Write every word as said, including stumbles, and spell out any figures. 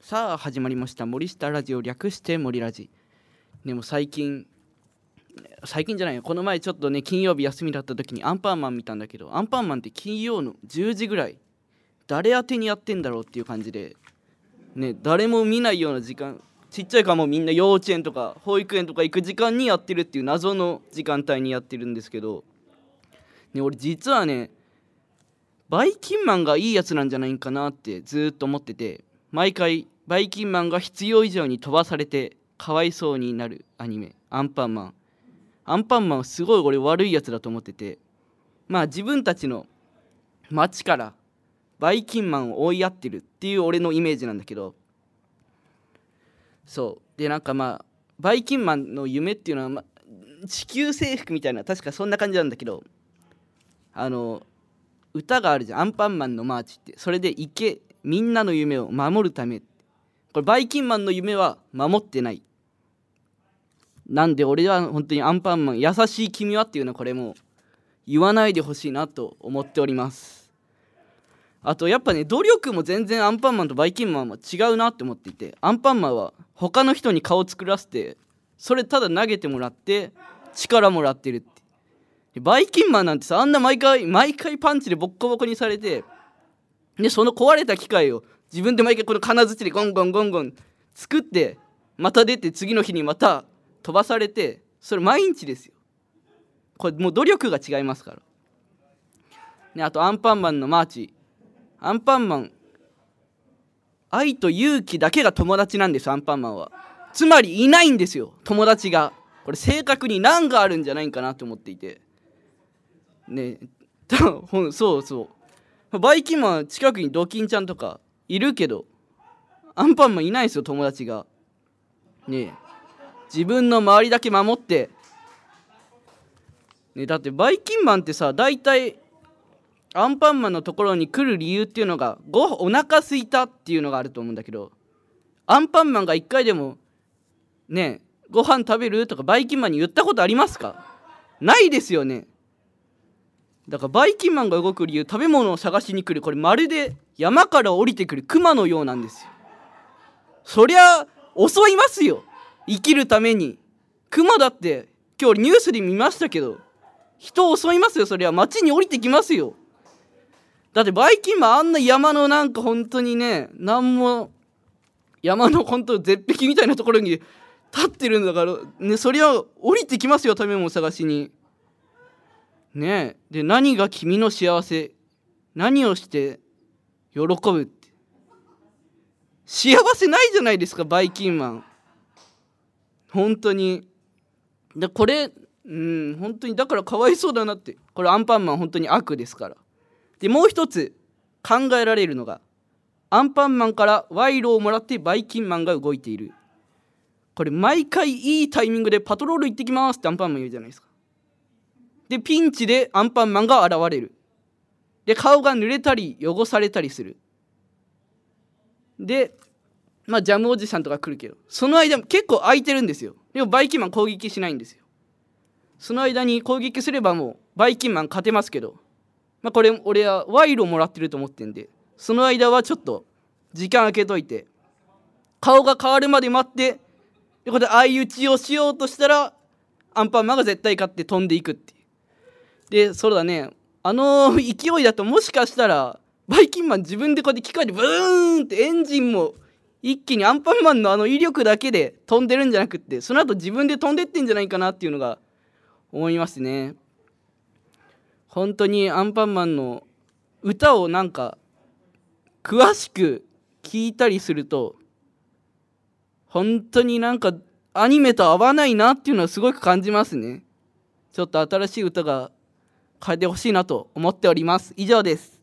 さあ始まりました森下ラジオ、略して森ラジ。でも最近最近じゃないよこの前ちょっとね金曜日休みだった時にアンパンマン見たんだけど、アンパンマンって金曜のじゅうじぐらい誰宛てにやってんだろうっていう感じでね、誰も見ないような時間、ちっちゃい子はもうみんな幼稚園とか保育園とか行く時間にやってるっていう謎の時間帯にやってるんですけどね、俺実はねバイキンマンがいいやつなんじゃないかなってずっと思ってて、毎回バイキンマンが必要以上に飛ばされてかわいそうになるアニメアンパンマン。アンパンマンはすごい俺悪いやつだと思ってて、まあ自分たちの街からバイキンマンを追いやってるっていう俺のイメージなんだけど、そうでなんかまあバイキンマンの夢っていうのは、まあ、地球征服みたいな確かそんな感じなんだけど、あの歌があるじゃん、アンパンマンのマーチって。それで行けみんなの夢を守るため、これバイキンマンの夢は守ってない。なんで俺は本当にアンパンマン優しい君はっていうのはこれも言わないでほしいなと思っております。あとやっぱね努力も全然アンパンマンとバイキンマンは違うなって思っていて、アンパンマンは他の人に顔作らせてそれただ投げてもらって力もらってるって。バイキンマンなんてさ、あんな毎回毎回パンチでボッコボコにされて、でその壊れた機械を自分で毎回この金槌でゴンゴンゴンゴン作ってまた出て次の日にまた飛ばされて、それ毎日ですよ。これもう努力が違いますから、ね、あとアンパンマンのマーチ、アンパンマン愛と勇気だけが友達なんです。アンパンマンはつまりいないんですよ友達が。これ正確に難があるんじゃないかなと思っていてね、そうそうバイキンマン近くにドキンちゃんとかいるけどアンパンマンいないですよ友達がね。自分の周りだけ守って、ね、だってバイキンマンってさ、だいたいアンパンマンのところに来る理由っていうのがごお腹空いたっていうのがあると思うんだけど、アンパンマンが一回でもねご飯食べるとかバイキンマンに言ったことありますか？ないですよね。だからバイキンマンが動く理由、食べ物を探しに来る、これまるで山から降りてくるクマのようなんですよ。そりゃ襲いますよ生きるために。クマだって今日ニュースで見ましたけど人を襲いますよ。そりゃ街に降りてきますよ。だってバイキンマンあんな山のなんか本当にね、なんも山の本当絶壁みたいなところに立ってるんだからね、そりゃ降りてきますよ食べ物探しにね。えで何が君の幸せ、何をして喜ぶって、幸せないじゃないですかバイキンマン本当に。でこれうん本当にだからかわいそうだなって。これアンパンマン本当に悪ですから。でもう一つ考えられるのが、アンパンマンから賄賂をもらってバイキンマンが動いている。これ毎回いいタイミングでパトロール行ってきますってアンパンマン言うじゃないですか。でピンチでアンパンマンが現れる。で顔が濡れたり汚されたりする。でまあジャムおじさんとか来るけど、その間結構空いてるんですよ。でもバイキンマン攻撃しないんですよ。その間に攻撃すればもうバイキンマン勝てますけど、まあ、これ俺は賄賂もらってると思ってんで、その間はちょっと時間空けといて顔が変わるまで待って、でこれで相打ちをしようとしたらアンパンマンが絶対勝って飛んでいくっていう。でそうだね、あの勢いだともしかしたらバイキンマン自分でこうやって機械でブーンってエンジンも一気にアンパンマンのあの威力だけで飛んでるんじゃなくって、その後自分で飛んでってんじゃないかなっていうのが思いますね。本当にアンパンマンの歌をなんか詳しく聞いたりすると本当になんかアニメと合わないなっていうのはすごく感じますね。ちょっと新しい歌が変えてほしいなと思っております。以上です。